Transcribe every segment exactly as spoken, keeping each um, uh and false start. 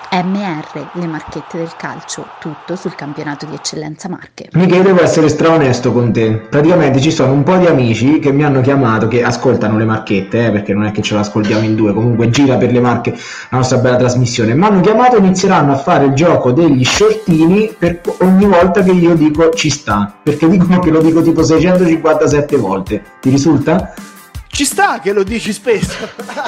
M R, le marchette del calcio, tutto sul campionato di eccellenza Marche. Michele, devo essere straonesto con te. Praticamente ci sono un po' di amici che mi hanno chiamato, che ascoltano le marchette, eh, perché non è che ce l'ascoltiamo in due, comunque gira per le Marche la nostra bella trasmissione. Mi hanno chiamato e inizieranno a fare il gioco degli shortini per ogni volta che io dico ci sta, perché dicono che lo dico tipo seicentocinquantasette volte. Ti risulta? Ci sta che lo dici spesso.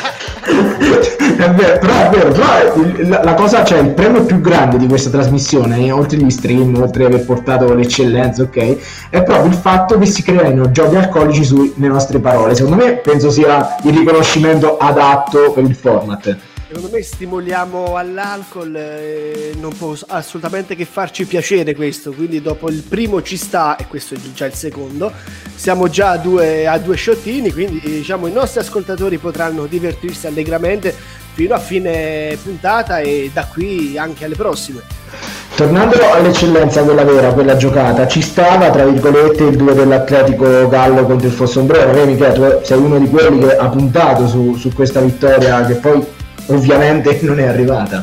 È vero, però è vero, però la, la cosa, cioè il premio più grande di questa trasmissione, oltre agli stream, oltre ad aver portato l'eccellenza, ok, è proprio il fatto che si creino giochi alcolici sulle nostre parole. Secondo me penso sia il riconoscimento adatto per il format. Secondo me stimoliamo all'alcol, e non può assolutamente che farci piacere questo, quindi dopo il primo ci sta, e questo è già il secondo, siamo già a due, a due sciottini, quindi diciamo i nostri ascoltatori potranno divertirsi allegramente fino a fine puntata e da qui anche alle prossime. Tornando all'eccellenza, quella vera, quella giocata, ci stava tra virgolette il duo dell'Atletico Gallo contro il Fossombrone. Vedi che tu sei uno di quelli che ha puntato su, su questa vittoria che poi ovviamente non è arrivata.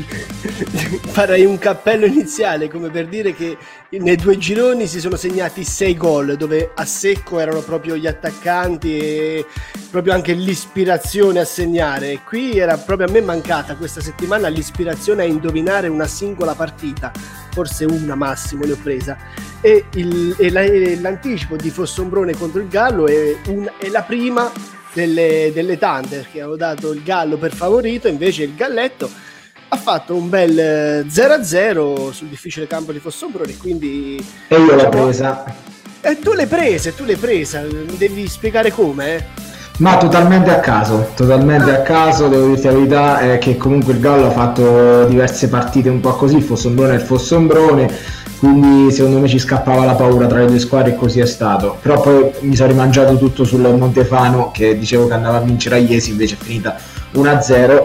Farei un cappello iniziale come per dire che nei due gironi si sono segnati sei gol, dove a secco erano proprio gli attaccanti e proprio anche l'ispirazione a segnare. Qui era proprio a me mancata questa settimana l'ispirazione a indovinare una singola partita, forse una massimo ne ho presa, e, il, e, la, e l'anticipo di Fossombrone contro il Gallo è, un, è la prima delle, delle tante, perché avevo dato il Gallo per favorito, invece il Galletto ha fatto un bel zero a zero sul difficile campo di Fossombrone, quindi e io diciamo, l'ho presa. E tu l'hai presa, tu l'hai presa, mi devi spiegare come, eh? Ma totalmente a caso, totalmente a caso, devo dirti la verità, è che comunque il Gallo ha fatto diverse partite un po' così, il Fossombrone è il Fossombrone, quindi secondo me ci scappava la paura tra le due squadre e così è stato. Però poi mi sono rimangiato tutto sul Montefano, che dicevo che andava a vincere a Iesi, invece è finita uno a zero,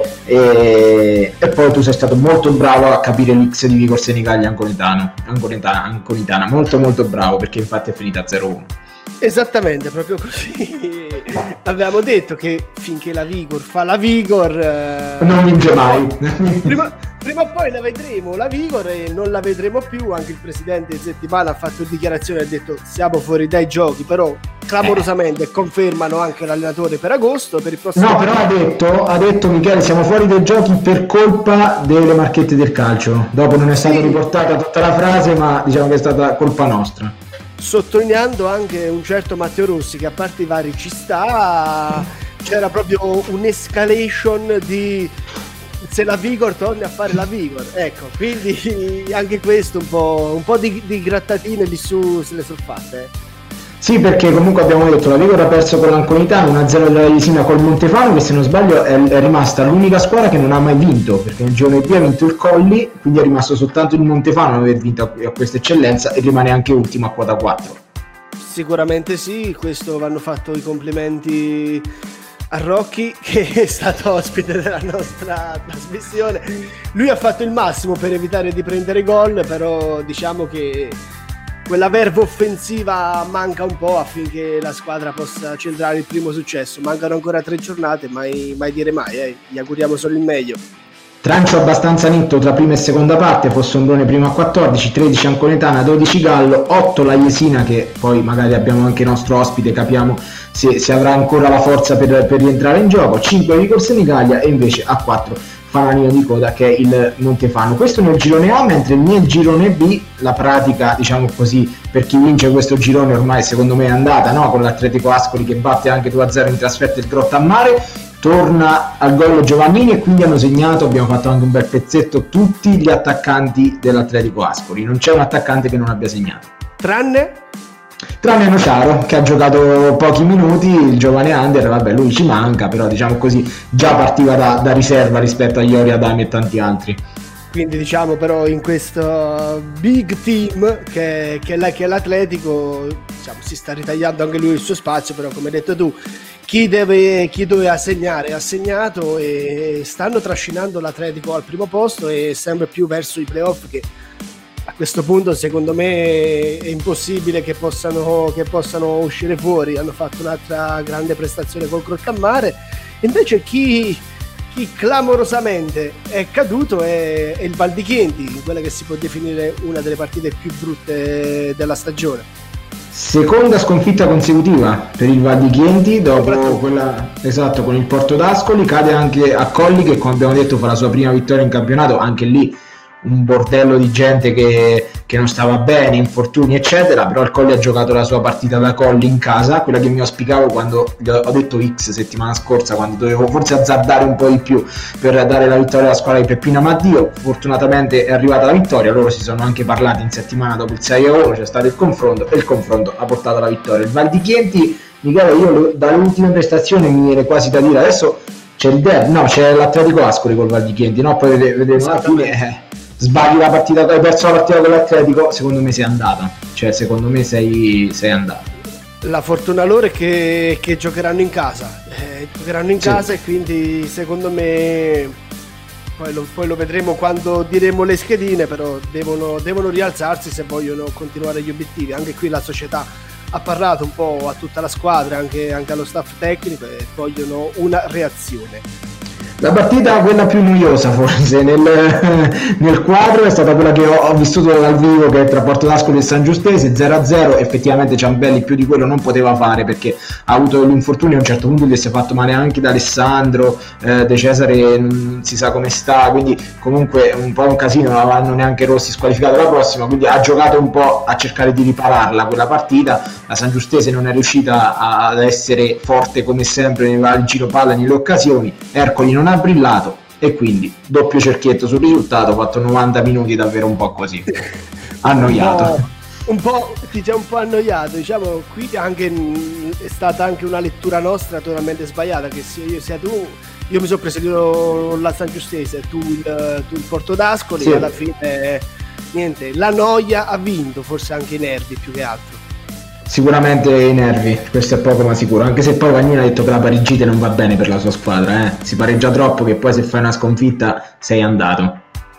e, e poi tu sei stato molto bravo a capire l'X di Vigor Senigallia Anconitano, Anconitana, Anconitana, molto molto bravo, perché infatti è finita a zero uno. Esattamente, proprio così. Avevamo detto che finché la Vigor fa la Vigor eh... non vince mai. prima, prima o poi la vedremo la Vigor e non la vedremo più. Anche il presidente di settimana ha fatto dichiarazione, ha detto siamo fuori dai giochi, però clamorosamente confermano anche l'allenatore per agosto, per il prossimo no, però ha detto, ha detto Michele, siamo fuori dai giochi per colpa delle marchette del calcio. Dopo non è stata sì. riportata tutta la frase, ma diciamo che è stata colpa nostra, sottolineando anche un certo Matteo Rossi che a parte i vari ci sta, c'era proprio un'escalation di se la Vigor torna a fare la Vigor, ecco, quindi anche questo un po', un po' di, di grattatine lì su se le sono fatte, eh. Sì, perché comunque abbiamo detto la Vigor ha perso con l'Anconitano, uno a zero della Jesina col Montefano, che se non sbaglio è, è rimasta l'unica squadra che non ha mai vinto, perché nel girone B ha vinto il Colli, quindi è rimasto soltanto il Montefano ad aver vinto a, a questa eccellenza e rimane anche ultimo a quota quattro. Sicuramente sì, questo vanno fatto i complimenti a Rocchi che è stato ospite della nostra trasmissione. Lui ha fatto il massimo per evitare di prendere gol, però diciamo che quella verve offensiva manca un po' affinché la squadra possa centrare il primo successo. Mancano ancora tre giornate, mai, mai dire mai, eh. Gli auguriamo solo il meglio. Trancio abbastanza netto tra prima e seconda parte, Fossombrone primo a quattordici, tredici Anconetana, dodici Gallo, otto la Jesina, che poi magari abbiamo anche il nostro ospite, capiamo se, se avrà ancora la forza per, per rientrare in gioco, cinque Vigor Senigallia e invece a quattro fanalino di coda che è il Montefano. Questo nel girone A, mentre nel girone B la pratica, diciamo così, per chi vince questo girone ormai secondo me è andata, no? Con l'Atletico Ascoli che batte anche due a zero in trasferta il Grottammare, torna al gol Giovannini e quindi hanno segnato, abbiamo fatto anche un bel pezzetto, tutti gli attaccanti dell'Atletico Ascoli, non c'è un attaccante che non abbia segnato. Tranne? Tranne Nociaro, che ha giocato pochi minuti, il giovane under, vabbè lui ci manca, però diciamo così già partiva da, da riserva rispetto a Iori, Adami e tanti altri. Quindi diciamo però in questo big team che, che, è, che è l'Atletico, diciamo, si sta ritagliando anche lui il suo spazio, però come hai detto tu, chi deve chi doveva segnare ha segnato e stanno trascinando l'Atletico al primo posto e sempre più verso i playoff, che a questo punto secondo me è impossibile che possano, che possano uscire fuori. Hanno fatto un'altra grande prestazione col Grottammare, invece chi, chi clamorosamente è caduto è, è il Val di Chieti, quella che si può definire una delle partite più brutte della stagione. Seconda sconfitta consecutiva per il Val di Chieti dopo quella, esatto, con il Porto d'Ascoli. Cade anche a Colli, che come abbiamo detto fa la sua prima vittoria in campionato, anche lì un bordello di gente che, che non stava bene, infortuni eccetera, però il Colli ha giocato la sua partita da Colli in casa, quella che mi auspicavo quando gli ho, ho detto X settimana scorsa, quando dovevo forse azzardare un po' di più per dare la vittoria alla squadra di Peppino Amaddio. Fortunatamente è arrivata la vittoria, loro si sono anche parlati in settimana dopo il sei a uno, c'è stato il confronto e il confronto ha portato alla vittoria. Il Val di Chieti, Michele, io dalle ultime prestazioni mi viene quasi da dire adesso c'è il derby, no, c'è l'Atletico Ascoli col Val di Chieti, no? Poi vedremo alla fine, eh, sbagli la partita, hai perso la partita con l'Atletico, secondo me sei andata, cioè secondo me sei, sei andata. La fortuna loro è che, che giocheranno in casa, eh, giocheranno in sì. casa e quindi secondo me poi lo, poi lo vedremo quando diremo le schedine, però devono, devono rialzarsi se vogliono continuare gli obiettivi. Anche qui la società ha parlato un po' a tutta la squadra, anche, anche allo staff tecnico, e vogliono una reazione. La partita, quella più noiosa forse nel, nel quadro, è stata quella che ho, ho vissuto dal vivo, che è tra Porto d'Ascoli e San Giustese, zero a zero. Effettivamente Ciambelli più di quello non poteva fare, perché ha avuto l'infortunio, a un certo punto gli si è fatto male anche da Alessandro, eh, De Cesare non si sa come sta, quindi comunque un po' un casino, non avranno neanche Rossi squalificato la prossima, quindi ha giocato un po' a cercare di ripararla quella partita. La San Giustese non è riuscita ad essere forte come sempre nel giro palla, nelle occasioni. Ercoli non ha brillato e quindi doppio cerchietto sul risultato, fatto novanta minuti davvero un po' così annoiato, un po', diciamo, un po' annoiato, diciamo. Qui anche è stata anche una lettura nostra totalmente sbagliata, che sia io sia tu, io mi sono preso io la San Giustese, tu il, tu il Porto d'Ascoli, sì. Alla fine niente, la noia ha vinto, forse anche i nervi più che altro. Sicuramente i nervi, questo è poco ma sicuro, anche se poi Vagnino ha detto che la parigite non va bene per la sua squadra, eh? Si pareggia troppo che poi se fai una sconfitta sei andato.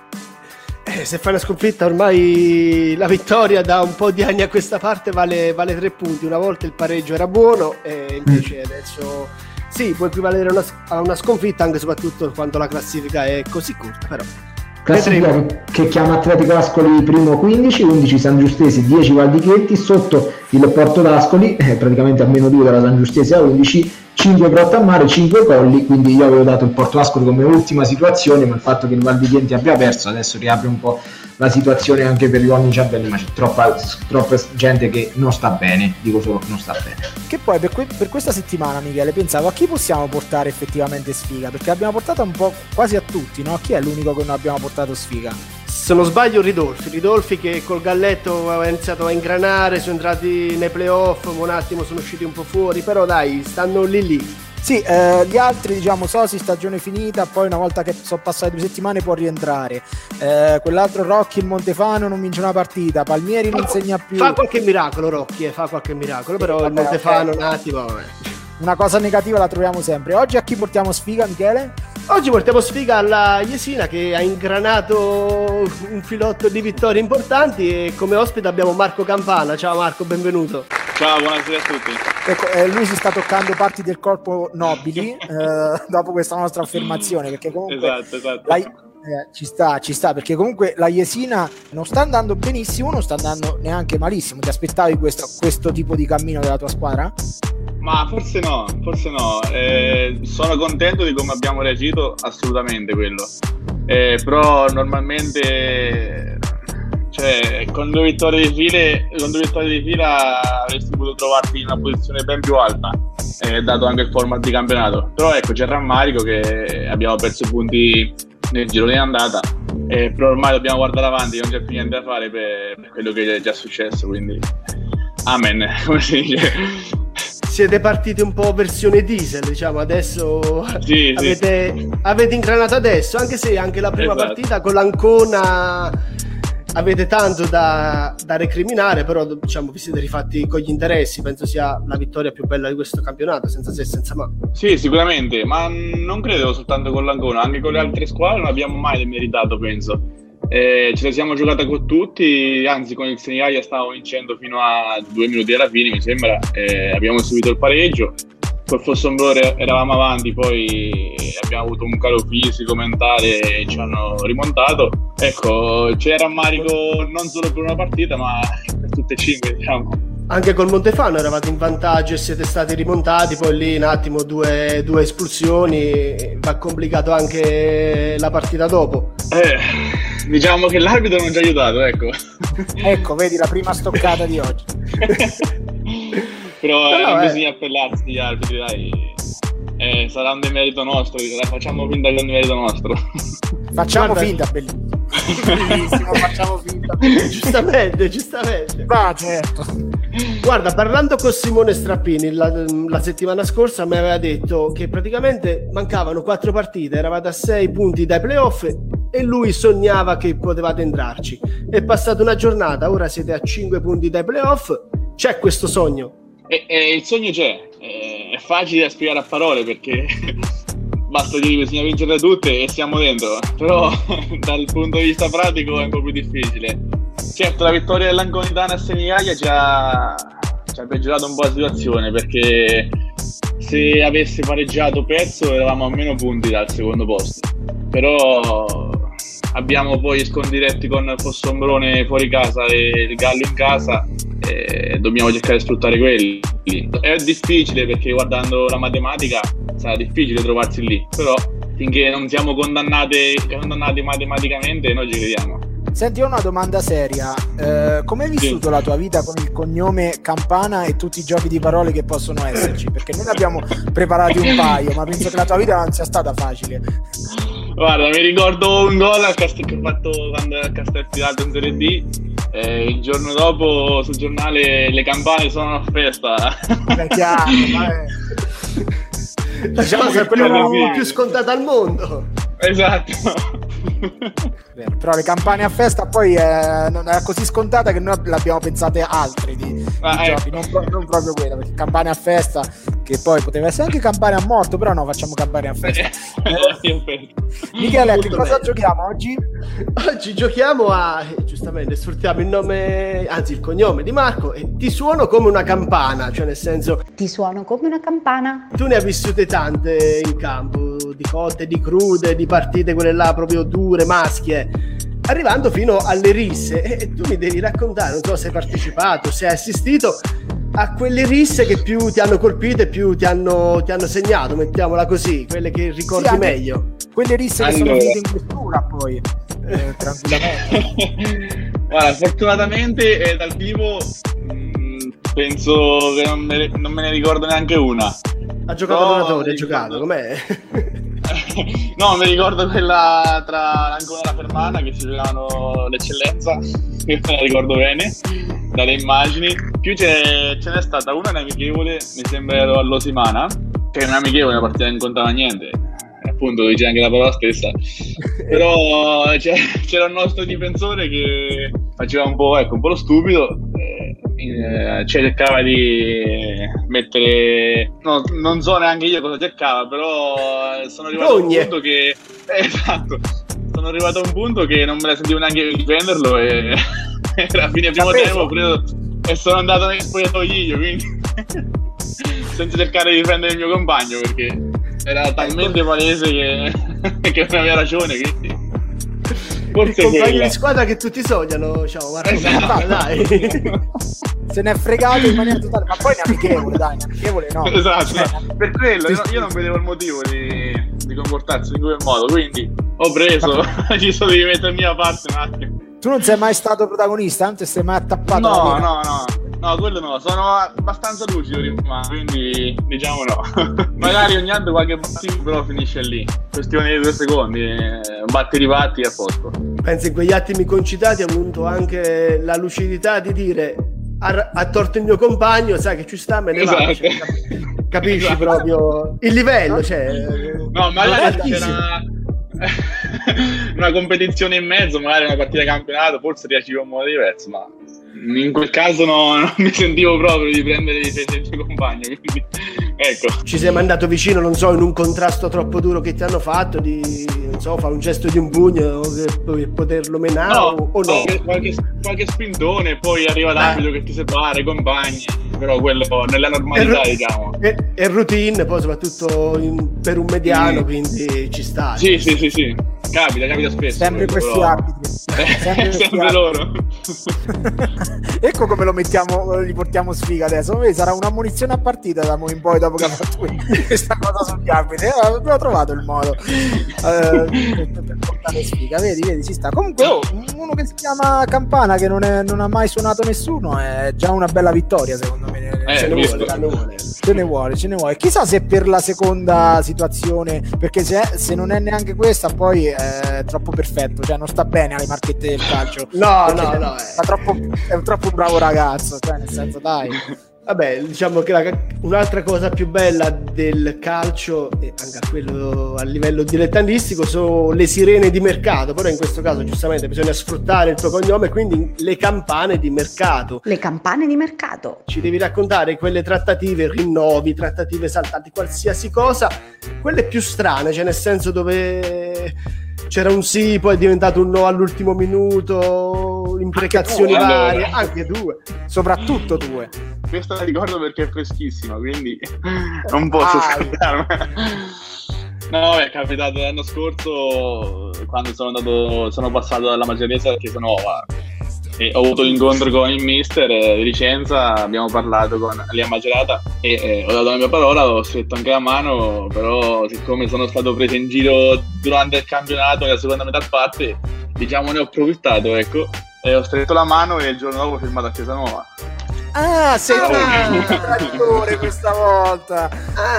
Eh, se fai una sconfitta ormai la vittoria da un po' di anni a questa parte vale, vale tre punti, una volta il pareggio era buono e invece mm. adesso sì, può equivalere a una, a una sconfitta, anche e soprattutto quando la classifica è così corta, però. Classifica che chiama Atletico Ascoli primo quindici, undici San Giustese, dieci Val di Chieti, sotto il Porto d'Ascoli, eh, praticamente a meno due dalla San Giustese a undici, cinque Grottammare, cinque Colli, quindi io avevo dato il Porto d'Ascoli come ultima situazione, ma il fatto che il Val di Chieti abbia perso adesso riapre un po' la situazione anche per gli uomini Ciambelli, ma c'è troppa, troppa gente che non sta bene, dico solo non sta bene. Che poi per, que- per questa settimana, Michele, pensavo a chi possiamo portare effettivamente sfiga, perché abbiamo portato un po' quasi a tutti, no? Chi è l'unico che non abbiamo portato sfiga? Se non sbaglio Ridolfi, Ridolfi che col Galletto aveva iniziato a ingranare, sono entrati nei playoff, un attimo sono usciti un po' fuori, però dai, stanno lì lì. Sì, eh, gli altri, diciamo, Sosi stagione finita, poi una volta che sono passate due settimane può rientrare. Eh, quell'altro Rocchi, il Montefano, non vince una partita, Palmieri non segna più. Fa qualche miracolo Rocchi, eh, fa qualche miracolo, però vabbè, il Montefano okay. Un attimo. Vabbè. Una cosa negativa la troviamo sempre. Oggi a chi portiamo sfiga, Michele? Oggi portiamo sfiga alla Jesina, che ha ingranato un filotto di vittorie importanti, e come ospite abbiamo Marco Campana. Ciao Marco, benvenuto. Ciao, buonasera a tutti. Ecco, eh, lui si sta toccando parti del corpo nobili eh, dopo questa nostra affermazione, perché comunque esatto, esatto. La, eh, ci sta, ci sta, perché comunque la Jesina non sta andando benissimo, non sta andando neanche malissimo. Ti aspettavi questo, questo tipo di cammino della tua squadra? Ma forse no, forse no. Eh, sono contento di come abbiamo reagito, assolutamente quello. Eh, però normalmente, cioè, con due vittorie di file, con due vittorie di fila avresti potuto trovarti in una posizione ben più alta, eh, dato anche il format di campionato. Però ecco, c'è il rammarico che abbiamo perso punti nel giro di andata, eh, però ormai dobbiamo guardare avanti, non c'è più niente da fare per, per quello che è già successo, quindi amen, come si dice. Siete partiti un po' versione diesel, diciamo, adesso sì, avete, sì. avete ingranato adesso, anche se anche la prima esatto. partita con l'Ancona avete tanto da, da recriminare, però diciamo vi siete rifatti con gli interessi, penso sia la vittoria più bella di questo campionato, senza se e senza ma. Sì, sicuramente, ma non credo soltanto con l'Ancona, anche con le altre squadre non abbiamo mai demeritato, penso. Eh, ce la siamo giocata con tutti, anzi con il Senigallia stavamo vincendo fino a due minuti alla fine, mi sembra, eh, abbiamo subito il pareggio col Fossombrone eravamo avanti, poi abbiamo avuto un calo fisico, mentale e ci hanno rimontato. Ecco, c'era rammarico non solo per una partita ma per tutte e cinque, diciamo. Anche col Montefano eravate in vantaggio e siete stati rimontati, poi lì un attimo due, due espulsioni, va complicato anche la partita dopo. Eh, diciamo che l'arbitro non ci ha aiutato, ecco. Ecco, vedi la prima stoccata di oggi. Però no, eh, non eh. bisogna appellarsi agli arbitri, dai. Eh, sarà un demerito nostro, la facciamo finta che è un demerito nostro. Facciamo Guarda- finta, bellissimo. Bellissimo, facciamo finta. giustamente, giustamente. Ma certo. Guarda, parlando con Simone Strappini la, la settimana scorsa mi aveva detto che praticamente mancavano quattro partite, eravate a sei punti dai playoff e lui sognava che potevate entrarci. È passata una giornata, ora siete a cinque punti dai playoff, c'è questo sogno? E, e il sogno c'è, e, è facile da spiegare a parole perché basta dire che bisogna vincere tutte e siamo dentro, però dal punto di vista pratico è un po' più difficile. Certo, la vittoria dell'Anconitana a Senigallia ci ha, ci ha peggiorato un po' la situazione, perché se avesse pareggiato Pezzo eravamo a meno punti dal secondo posto, però abbiamo poi scontri diretti con Fossombrone fuori casa e il Gallo in casa e dobbiamo cercare di sfruttare quelli. È difficile perché guardando la matematica sarà difficile trovarsi lì, però finché non siamo condannati, condannati matematicamente noi ci crediamo. Senti, ho una domanda seria. Eh, come hai vissuto Sì. la tua vita con il cognome Campana e tutti i giochi di parole che possono esserci? Perché noi ne abbiamo preparati un paio, ma penso che la tua vita non sia stata facile. Guarda, mi ricordo un gol al Cast- che ho fatto quando era a Castelfidardo in Serie D. E il giorno dopo sul giornale le campane sono a festa. È chiaro, ma è... La Diciamo cosa che quella quello- più, più scontata al mondo. Esatto. Vero, però le campane a festa poi eh, non è così scontata che noi l'abbiamo pensate altre di, di Ah, giochi, ecco. non, pro- non proprio quella, perché campane a festa, che poi poteva essere anche campane a morto, però no, facciamo campane a festa. Eh, Michele, a che Molto cosa bene. giochiamo oggi? Oggi giochiamo a, eh, giustamente, sfruttiamo il nome, anzi il cognome di Marco e ti suono come una campana, cioè nel senso, Ti suono come una campana. tu ne hai vissute tante in campo, di cotte, di crude, di partite quelle là proprio dure, maschie, arrivando fino alle risse e, e tu mi devi raccontare, non so se hai partecipato, se hai assistito a quelle risse che più ti hanno colpito e più ti hanno, ti hanno segnato, mettiamola così, quelle che ricordi Sì, anche- meglio. Quelle risse che sono Allora. finite in questura poi, eh, tranquillamente. Guarda, fortunatamente eh, dal vivo mh, penso che non me, non me ne ricordo neanche una. Ha giocato No, Donatore, ha mi giocato, ricordo- com'è? No, mi ricordo quella tra l'Ancona e la Fermana che si giocavano l'eccellenza, che me la ricordo bene dalle immagini. Più ce, ce n'è stata una in amichevole, mi sembra ero all'Osimana, che è un amichevole, una partita che non contava niente, appunto dice anche la parola stessa. Però c'è- c'era un nostro difensore che faceva un po', ecco, un po' lo stupido, eh, eh, cercava di mettere, no, non so neanche io cosa cercava, però sono arrivato a un Rogne. punto che eh, esatto, sono arrivato a un punto che non me la sentivo neanche di difenderlo e alla fine primo preso? tempo ho preso e sono andato nel spogliatoio, quindi senza cercare di difendere il mio compagno perché era talmente palese che, che non aveva ragione, quindi Il forse compagno quella. di squadra che tutti sognano, ciao Marco, Esatto. dai. Se ne è fregato in maniera totale, ma poi è amichevole, dai, è amichevole no. Esatto, Cioè, per quello sì, io, sì. io non vedevo il motivo di, di comportarsi in quel modo, quindi ho preso, ci sono di mettermi a parte un attimo. tu non sei mai stato protagonista, non ti sei mai attappato alla No, vita? no, no, no, quello no, sono abbastanza lucido rimane, quindi diciamo no. Magari ogni anno qualche battito però finisce lì, questione di due secondi, eh, batti ribatti e a posto. Penso in quegli attimi concitati ha avuto anche la lucidità di dire ha, ha torto il mio compagno, sai che ci sta, me ne vado. Esatto. Cioè, cap- capisci Esatto. proprio il livello, cioè. No, non magari è c'era altissimo. una, una competizione in mezzo, magari una partita di campionato, forse reagivo in modo diverso, ma in quel caso no, non mi sentivo proprio di prendere le difese del mio compagno, quindi ecco. Ci sei mandato vicino, non so, in un contrasto troppo duro che ti hanno fatto, di, non so, fare un gesto di un pugno per poterlo menare, no, o, o no? Qualche, qualche spintone, poi arriva l'arbitro che ti separa, i compagni, però quello nella normalità, è, diciamo. È, è routine, poi soprattutto in, per un mediano, mm. quindi ci sta. Sì, sì, sì, sì. Capita, capita spesso. Sempre quello, questi però... arbitri. Sempre, sempre loro. Ecco come lo mettiamo, gli portiamo sfiga adesso. Vedi, sarà un'ammonizione a partita da mo in poi dopo che ha fatto questa cosa sugli arbitri. Eh, abbiamo trovato il modo eh, per portare sfiga. Vedi, vedi, ci sta. Comunque oh, uno che si chiama Campana, che non, è, non ha mai suonato nessuno, è già una bella vittoria secondo me. Eh, ce, ne vuole, ce ne vuole, ce ne vuole. Chissà se per la seconda situazione, perché se, se non è neanche questa, poi è troppo perfetto, cioè non sta bene alle marchette del calcio. No, no, no, è, è, troppo, è un troppo bravo ragazzo, cioè nel senso, dai. Vabbè, diciamo che la, un'altra cosa più bella del calcio, e anche a quello a livello dilettantistico, sono le sirene di mercato, però in questo caso giustamente bisogna sfruttare il tuo cognome, quindi le campane di mercato. Le campane di mercato. Ci devi raccontare quelle trattative, rinnovi, trattative saltanti, qualsiasi cosa, quelle più strane, cioè nel senso dove c'era un sì, poi è diventato un no all'ultimo minuto, imprecazioni anche due, varie, allora. anche due, soprattutto due. Questa la ricordo perché è freschissima, quindi non posso scordarmi. No, è capitato l'anno scorso quando sono andato, sono passato dalla Macerese perché sono e ho avuto l'incontro con il mister di Vicenza, abbiamo parlato con lì a Macerata e eh, ho dato la mia parola, ho stretto anche la mano, però siccome sono stato preso in giro durante il campionato nella seconda metà parte, diciamo ne ho approfittato, ecco, e ho stretto la mano e il giorno dopo ho firmato a Cesanova. Ah, sei un traditore questa volta.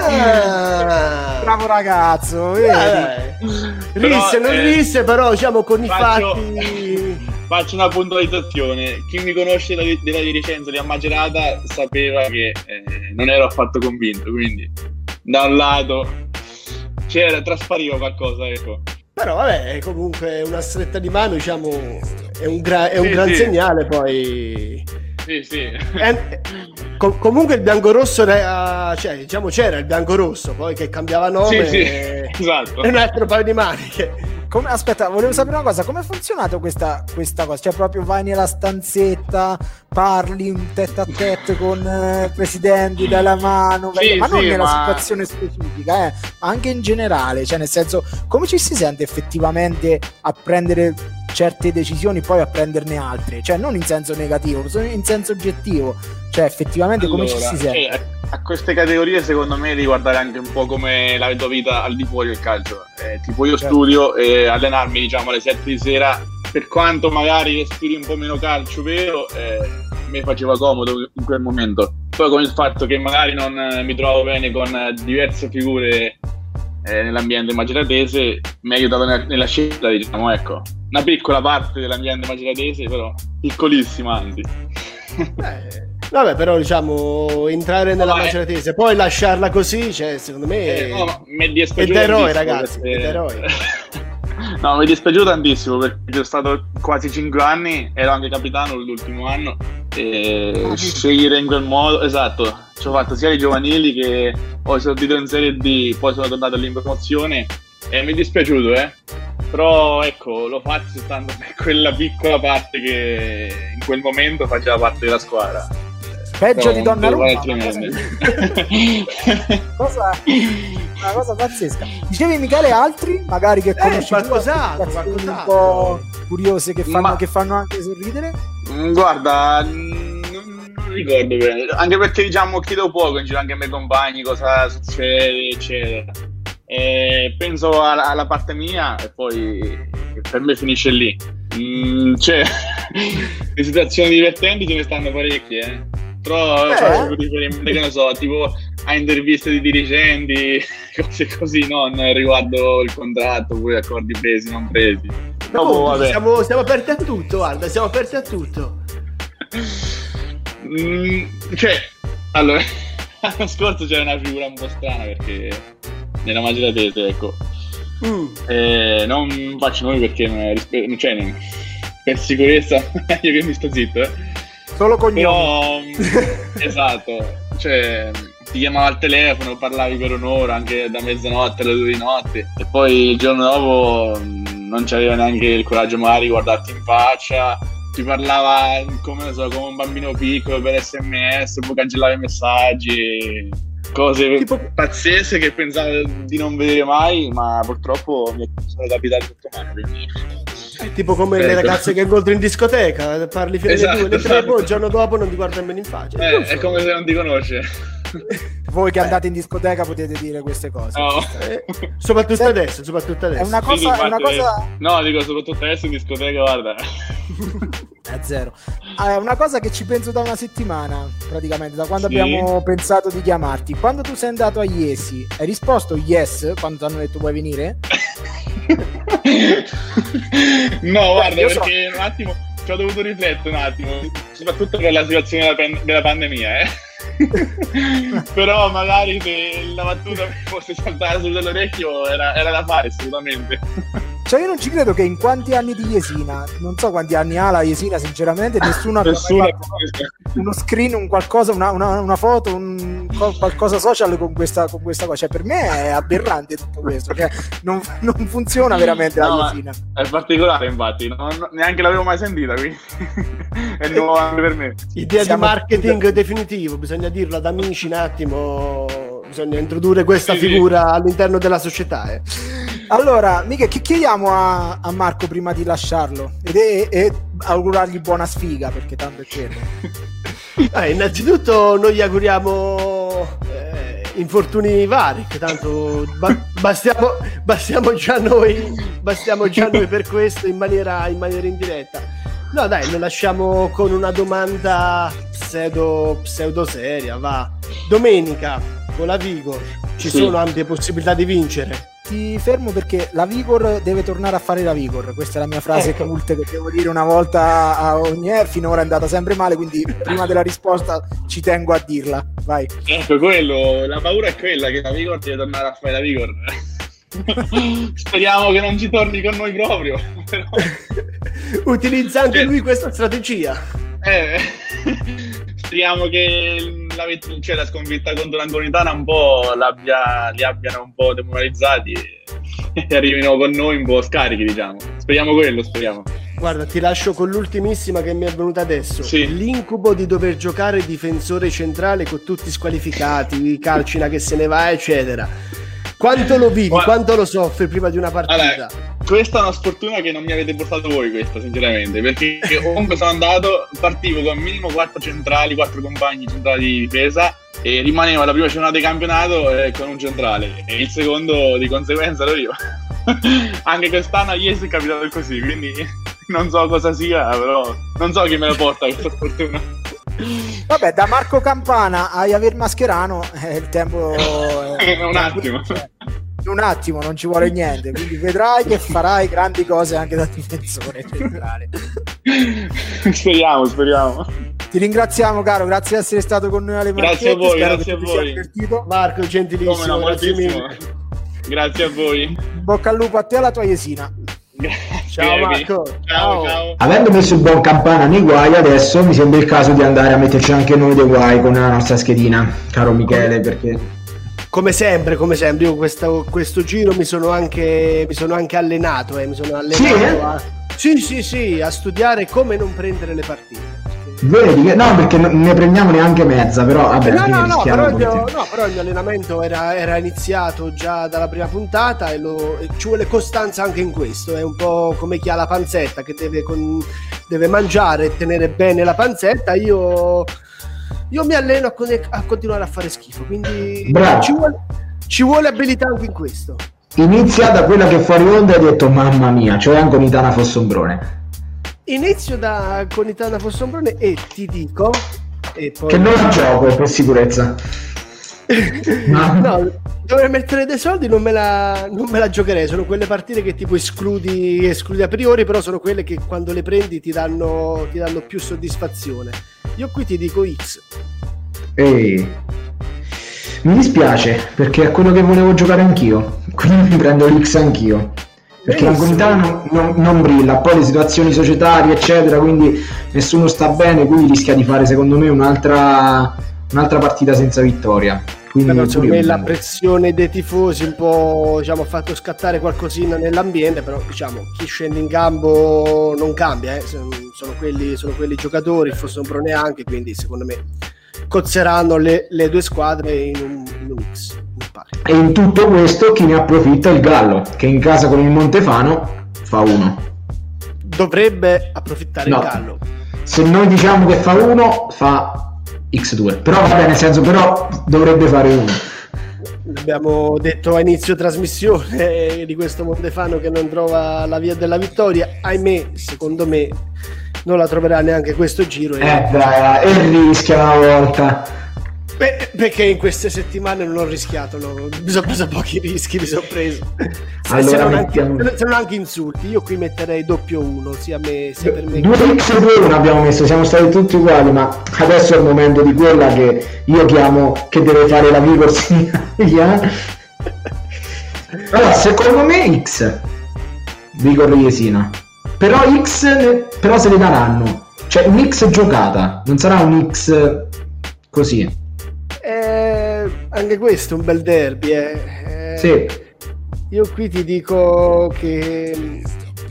Ah, bravo ragazzo, vedi? Eh, risse, non eh, risse, però diciamo con faccio, i fatti. Faccio una puntualizzazione. Chi mi conosce della, della dirigenza di Ammacerata sapeva che eh, non ero affatto convinto, quindi da un lato c'era, traspariva qualcosa, ecco. Però vabbè, comunque una stretta di mano, diciamo, è un, gra- è un sì, gran sì. segnale, poi. Sì, sì. Eh, com- comunque il biancorosso, uh, cioè diciamo c'era il biancorosso, poi che cambiava nome. Sì, sì, e... esatto. È un altro paio di maniche. Come, aspetta, volevo sapere una cosa, come è funzionato questa, questa cosa? Cioè proprio vai nella stanzetta, parli un tête a tête con eh, presidenti dalla mano, sì, ma non sì, nella ma... situazione specifica, eh, ma anche in generale, cioè nel senso, come ci si sente effettivamente a prendere certe decisioni, poi a prenderne altre, cioè non in senso negativo, in senso oggettivo, cioè effettivamente allora, come ci si sente? Cioè, a queste categorie secondo me devi guardare anche un po' come la tua vita al di fuori del calcio, eh, tipo io certo. studio e allenarmi diciamo alle sette di sera, per quanto magari studi un po' meno calcio vero, eh, mi faceva comodo in quel momento, poi con il fatto che magari non mi trovo bene con diverse figure eh, nell'ambiente maceratese mi ha aiutato nella, nella scelta, diciamo, ecco, una piccola parte dell'ambiente maceratese, però piccolissima anzi. Beh, vabbè, però diciamo entrare nella no, maceratese, poi lasciarla così, cioè secondo me eh, no, mi è è dispiaciuto d'eroe, ragazzi, perché... è d'eroe. No, mi è dispiaciuto tantissimo perché sono stato quasi cinque anni, ero anche capitano l'ultimo anno e ah, scegliere in quel modo, esatto, ci ho fatto sia i giovanili che ho esordito in Serie D, poi sono tornato in promozione e mi è dispiaciuto, eh. Però ecco, l'ho fatto soltanto per quella piccola parte che in quel momento faceva parte della squadra. Peggio di Donnarumma, una cosa, cosa, una cosa pazzesca. Dicevi Michele altri, magari che conosci eh, qualcos'altro, qualcos'altro. Un po' curiose che fanno, Ma... che fanno anche sorridere? Guarda, non ricordo bene, anche perché diciamo chiedo poco in giro anche ai miei compagni cosa succede, eccetera. E penso alla, alla parte mia e poi per me finisce lì. Mm, cioè, le situazioni divertenti ce ne stanno parecchie, eh. Però faccio riferimento, che ne so, tipo a interviste di dirigenti, cose così, non riguardo il contratto, poi accordi presi, non presi. Dopo, oh, vabbè. Siamo, siamo aperti a tutto, guarda, siamo aperti a tutto. Mm, cioè, allora, l'anno scorso c'era una figura un po' strana perché nella Maceratese, ecco. Mm. Eh, non faccio nomi perché non è rispe- cioè, non, per sicurezza meglio che mi sto zitto, eh. Solo cognome. Però, esatto, cioè ti chiamava al telefono, parlavi per un'ora, anche da mezzanotte alle due di notte, e poi il giorno dopo non c'aveva neanche il coraggio magari di guardarti in faccia, ti parlava come, non so, come un bambino piccolo per sms, poi cancellava i messaggi, cose tipo pazzesche che pensavo di non vedere mai, ma purtroppo mi sono capitate sotto mano, quindi... Tipo come ecco. Le ragazze che incontri in discoteca, parli fino alle Esatto, due, le tre, esatto. poi il giorno dopo non ti guarda nemmeno in faccia. Eh, è come se non ti conosce. Voi che andate in discoteca potete dire queste cose. No. Eh, soprattutto Senti, adesso, soprattutto adesso. È una Quindi, cosa, è una infatti, cosa... no, dico soprattutto adesso in discoteca, guarda. È zero. È una cosa che ci penso da una settimana, praticamente, da quando Sì. abbiamo pensato di chiamarti. Quando tu sei andato a Iesi, hai risposto yes quando ti hanno detto puoi venire? No, guarda, io so- perché un attimo ci ho dovuto riflettere un attimo, soprattutto per la situazione della, pan- della pandemia, eh. Però magari se la battuta mi fosse saltata su dell'orecchio era, era da fare assolutamente. Cioè io non ci credo che in quanti anni di Jesina, non so quanti anni ha la Jesina sinceramente, nessuno abbia mai Nessuno fatto uno screen, un qualcosa, una, una, una foto, un qualcosa social con questa, con questa cosa. Cioè per me è aberrante tutto questo, cioè non, non funziona veramente No, la ma Jesina. è particolare, infatti, non- neanche l'avevo mai sentita, quindi è nuovo anche per me. Idea Siamo- di marketing definitivo, bisogna dirlo ad amici un attimo, bisogna introdurre questa Sì, sì. figura all'interno della società. Eh. Allora, mica che chiediamo a, a Marco prima di lasciarlo ed è, e augurargli buona sfiga, perché tanto è quello. Eh, innanzitutto noi gli auguriamo eh, infortuni vari, che tanto ba- bastiamo, bastiamo già noi, bastiamo già noi per questo in maniera, in maniera indiretta. No dai, lo lasciamo con una domanda pseudo, pseudo seria, va. Domenica con la Vigor ci Sì. sono ampie possibilità di vincere. Ti fermo perché la Vigor deve tornare a fare la Vigor. Questa è la mia frase Ecco. cult che devo dire una volta a ogni air. Finora è andata sempre male, quindi prima della risposta ci tengo a dirla. Vai. Ecco, quello, la paura è quella che la Vigor deve tornare a fare la Vigor. Speriamo che non ci torni con noi proprio. Però, Utilizza anche Cioè- lui questa strategia. eh, speriamo che la, vit- cioè, la sconfitta contro l'Anconitana un po' l'abbia, li abbiano un po' demoralizzati e, e arrivino con noi un po' scarichi, diciamo. Speriamo quello, speriamo. Guarda, ti lascio con l'ultimissima che mi è venuta adesso. Sì. L'incubo di dover giocare difensore centrale con tutti squalificati, Calcina che se ne va, eccetera. Quanto lo vivi, Guarda- quanto lo soffri prima di una partita? Allora, questa è una sfortuna che non mi avete portato voi, questa, sinceramente, perché comunque sono andato, partivo con minimo quattro centrali, quattro compagni centrali di difesa e rimanevo la prima giornata di campionato eh, con un centrale e il secondo di conseguenza ero io. Anche quest'anno a Iesi è capitato così, quindi non so cosa sia, però non so chi me la porta questa sfortuna. Vabbè, da Marco Campana a Javier Mascherano eh, il tempo è- Un attimo. cioè, un attimo, non ci vuole niente, quindi vedrai che farai grandi cose anche da difensore centrale. Speriamo, speriamo. Ti ringraziamo caro, grazie di essere stato con noi alle Grazie a Marchette, voi, spero grazie che a tu ti sia voi. divertito. Marco, gentilissimo, Come no, grazie moltissimo. mille. Grazie a voi. In bocca al lupo a te e alla tua Iesina. Ciao, Grazie. Marco. Ciao, Ciao. ciao. Avendo messo il buon Campana nei guai, adesso mi sembra il caso di andare a metterci anche noi dei guai con la nostra schedina, caro Michele, perché Come sempre, come sempre, io questo, questo giro mi sono anche, mi sono anche allenato, eh, mi sono allenato Sì, eh? a, sì, sì, sì, a studiare come non prendere le partite. vedi che no, perché non ne prendiamo neanche mezza, però vabbè, alla No, fine no, no, rischiamo però il, un po' mio, di- no, però il mio allenamento era, era iniziato già dalla prima puntata e, lo, e ci vuole costanza anche in questo. È un po' come chi ha la panzetta che deve, con, deve mangiare e tenere bene la panzetta. Io, io mi alleno a, con- a continuare a fare schifo, quindi Bravo. ci vuole, ci vuole abilità anche in questo. Inizia da quella che fuori onda hai detto mamma mia, cioè Anconitana Fossombrone, Inizio da Conitana Fossombrone e ti dico e poi... che non la gioco per sicurezza. No. No, dovrei mettere dei soldi, non me, la, non me la giocherei. Sono quelle partite che tipo escludi, escludi a priori, però sono quelle che quando le prendi ti danno, ti danno più soddisfazione. Io qui ti dico X. Ehi. Mi dispiace perché è quello che volevo giocare anch'io, quindi mi prendo l'X anch'io. Perché Benissimo. l'Anconitana non, non, non brilla, poi le situazioni societarie eccetera, quindi nessuno sta bene, quindi rischia di fare secondo me un'altra un'altra partita senza vittoria. Quindi però secondo me la pressione dei tifosi un po', diciamo, ha fatto scattare qualcosina nell'ambiente, però diciamo chi scende in campo non cambia, eh. sono, quelli, sono quelli giocatori, forse non pro neanche, quindi secondo me cozzeranno le, le due squadre in un, in un X. E in tutto questo chi ne approfitta? Il Gallo, che in casa con il Montefano fa uno. Dovrebbe approfittare no. il Gallo. Se noi diciamo che fa uno, fa X due, però vabbè, nel senso, però dovrebbe fare uno. Abbiamo detto a inizio trasmissione di questo Montefano che non trova la via della vittoria, ahimè, secondo me non la troverà neanche questo giro. Eh e... dai, e rischia una volta. Beh, perché in queste settimane non ho rischiato, no? mi sono preso pochi rischi, mi sono preso. Allora, se, non mettiamo... anche, se non anche insulti, io qui metterei doppio uno, sia, me, sia per me. due X e due uno abbiamo messo, siamo stati tutti uguali, ma adesso è il momento di quella che io chiamo che deve fare la Vigor Senigallia. Allora, secondo me X, Vigor Jesina, però X, ne... però se le daranno, cioè un X giocata, non sarà un X così. Eh, anche questo è un bel derby, eh. Eh, sì. Io qui ti dico che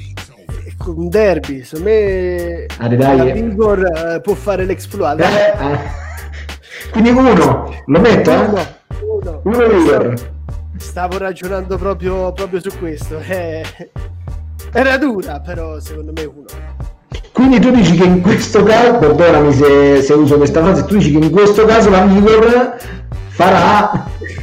un derby, secondo me Aridai, la Vigor eh, può fare l'exploit. Eh, eh. Quindi uno, lo metto? Uno, eh? uno. uno Vigor. Stavo ragionando proprio, proprio su questo. Eh, era dura, però secondo me uno. Quindi tu dici che in questo caso, perdonami se, se uso questa frase, tu dici che in questo caso la Vigor farà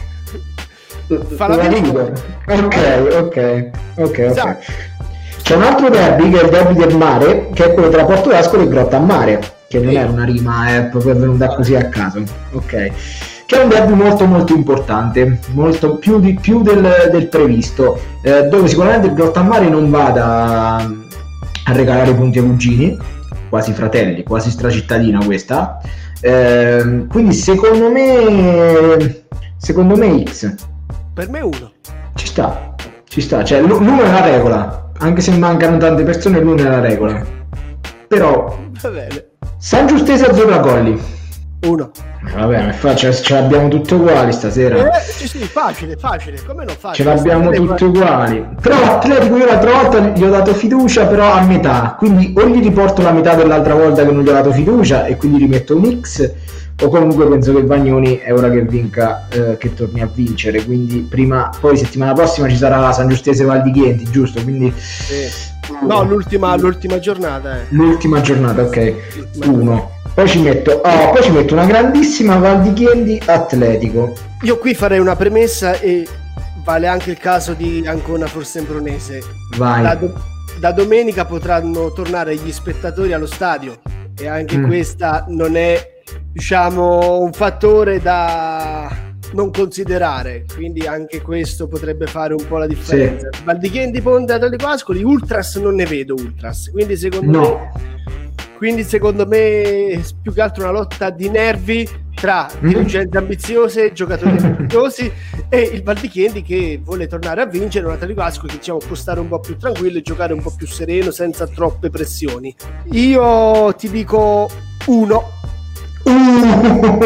fa la, la Vigor. Ok, ok, ok, esatto. ok. C'è un altro derby che è il derby del mare, che è quello tra Porto d'Ascoli e Grotta a Mare, che non è una rima, è proprio venuta così a caso. Ok. Che è un derby molto molto importante, molto più, di, più del, del previsto, eh, dove sicuramente il Grotta a Mare non va da a regalare punti ai cugini, quasi fratelli, quasi stracittadina questa, eh, quindi secondo me secondo me X, per me uno, ci sta, ci sta, cioè l'uno è la regola, anche se mancano tante persone l'uno è la regola, però va bene. San Giustese Azzurra Colli uno. Vabbè, facile, ce l'abbiamo tutte uguali stasera. Eh, sì, sì, facile, facile, come non facile? Ce l'abbiamo tutte uguali. Però Atletico io l'altra volta gli ho dato fiducia, però a metà. Quindi o gli riporto la metà dell'altra volta che non gli ho dato fiducia e quindi rimetto un X, o comunque penso che Vagnoni è ora che vinca, eh, che torni a vincere. Quindi prima, poi settimana prossima ci sarà San Giustese Val di Chieti, giusto? Quindi sì. No, l'ultima, l'ultima giornata. Eh. L'ultima giornata, ok. Uno. Poi ci metto, oh, poi ci metto una grandissima Val di Chieti Atletico. Io qui farei una premessa e vale anche il caso di Ancona Forsembronese. Vai. Da, do- da domenica potranno tornare gli spettatori allo stadio e anche mm. questa non è, diciamo, un fattore da non considerare, quindi anche questo potrebbe fare un po' la differenza. Sì. Val di Chieti, Ponte, Atletico Ascoli, Ultras non ne vedo Ultras, quindi secondo no. me Quindi secondo me più che altro una lotta di nervi tra mm. dirigenti ambiziose, giocatori ambiziosi e il Val di Chieti che vuole tornare a vincere, un Atletico Ascoli che diciamo può stare un po' più tranquillo e giocare un po' più sereno senza troppe pressioni. Io ti dico uno. Uh,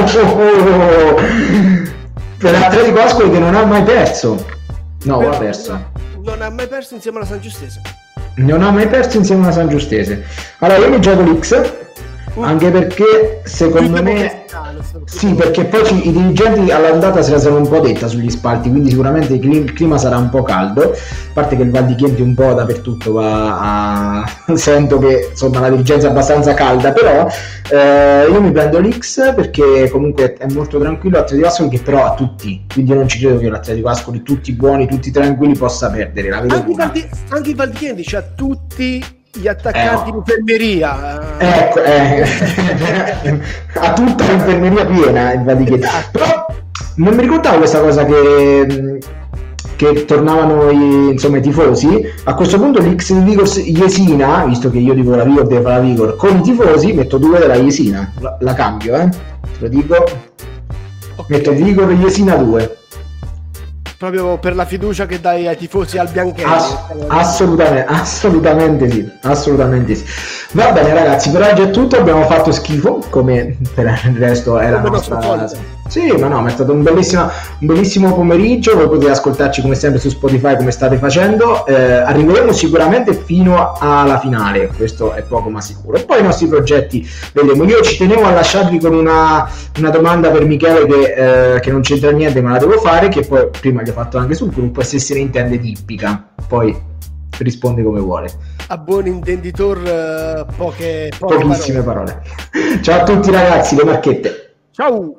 per l'Atletico Ascoli che non ha mai perso. No, Però ha perso. Non ha mai perso insieme alla San Giustese. Non ha mai perso insieme alla San Giustese. Allora io mi gioco l'X, uh, anche perché secondo me sì, perché poi ci, i dirigenti all'andata se la sono un po' detta sugli spalti, quindi sicuramente il clima, il clima sarà un po' caldo, a parte che il Val di Chieti un po' dappertutto va a... sento che insomma la dirigenza è abbastanza calda, però eh, io mi prendo l'X perché comunque è molto tranquillo l'Atletico Ascoli, che però ha tutti, quindi io non ci credo che l'Atletico Ascoli tutti buoni, tutti tranquilli possa perdere. La vedo anche, Val di, anche il Val di Chieti c'ha tutti gli attaccanti eh, in infermeria, ecco, eh, ha tutta l'infermeria piena il Val di Chieti. Però non mi ricordavo questa cosa che che tornavano i, insomma, i tifosi. A questo punto l'X di Vigor Jesina, visto che io dico la Vigor deve fare la Vigor, con i tifosi metto due della Jesina, la, la cambio, eh te lo dico, okay. Metto Vigor Jesina due. proprio per la fiducia che dai ai tifosi albianchelli. Ass- assolutamente, assolutamente sì, assolutamente sì. Va bene ragazzi, per oggi è tutto, abbiamo fatto schifo, come per il resto era Come nostra... nostro Sì, ma no, ma è stato un bellissimo, un bellissimo pomeriggio, voi potete ascoltarci come sempre su Spotify come state facendo, eh, arriveremo sicuramente fino alla finale, questo è poco ma sicuro, e poi i nostri progetti vedremo. Io ci tenevo a lasciarvi con una, una domanda per Michele che, eh, che non c'entra niente ma la devo fare, che poi prima gli ho fatto anche sul gruppo, e se se ne intende di ippica, poi risponde come vuole. A buon intenditor, uh, poche, poche pochissime parole. parole. Ciao a tutti ragazzi, le marchette. Ciao.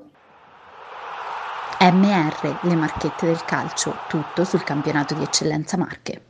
M R, le marchette del calcio, tutto sul campionato di eccellenza Marche.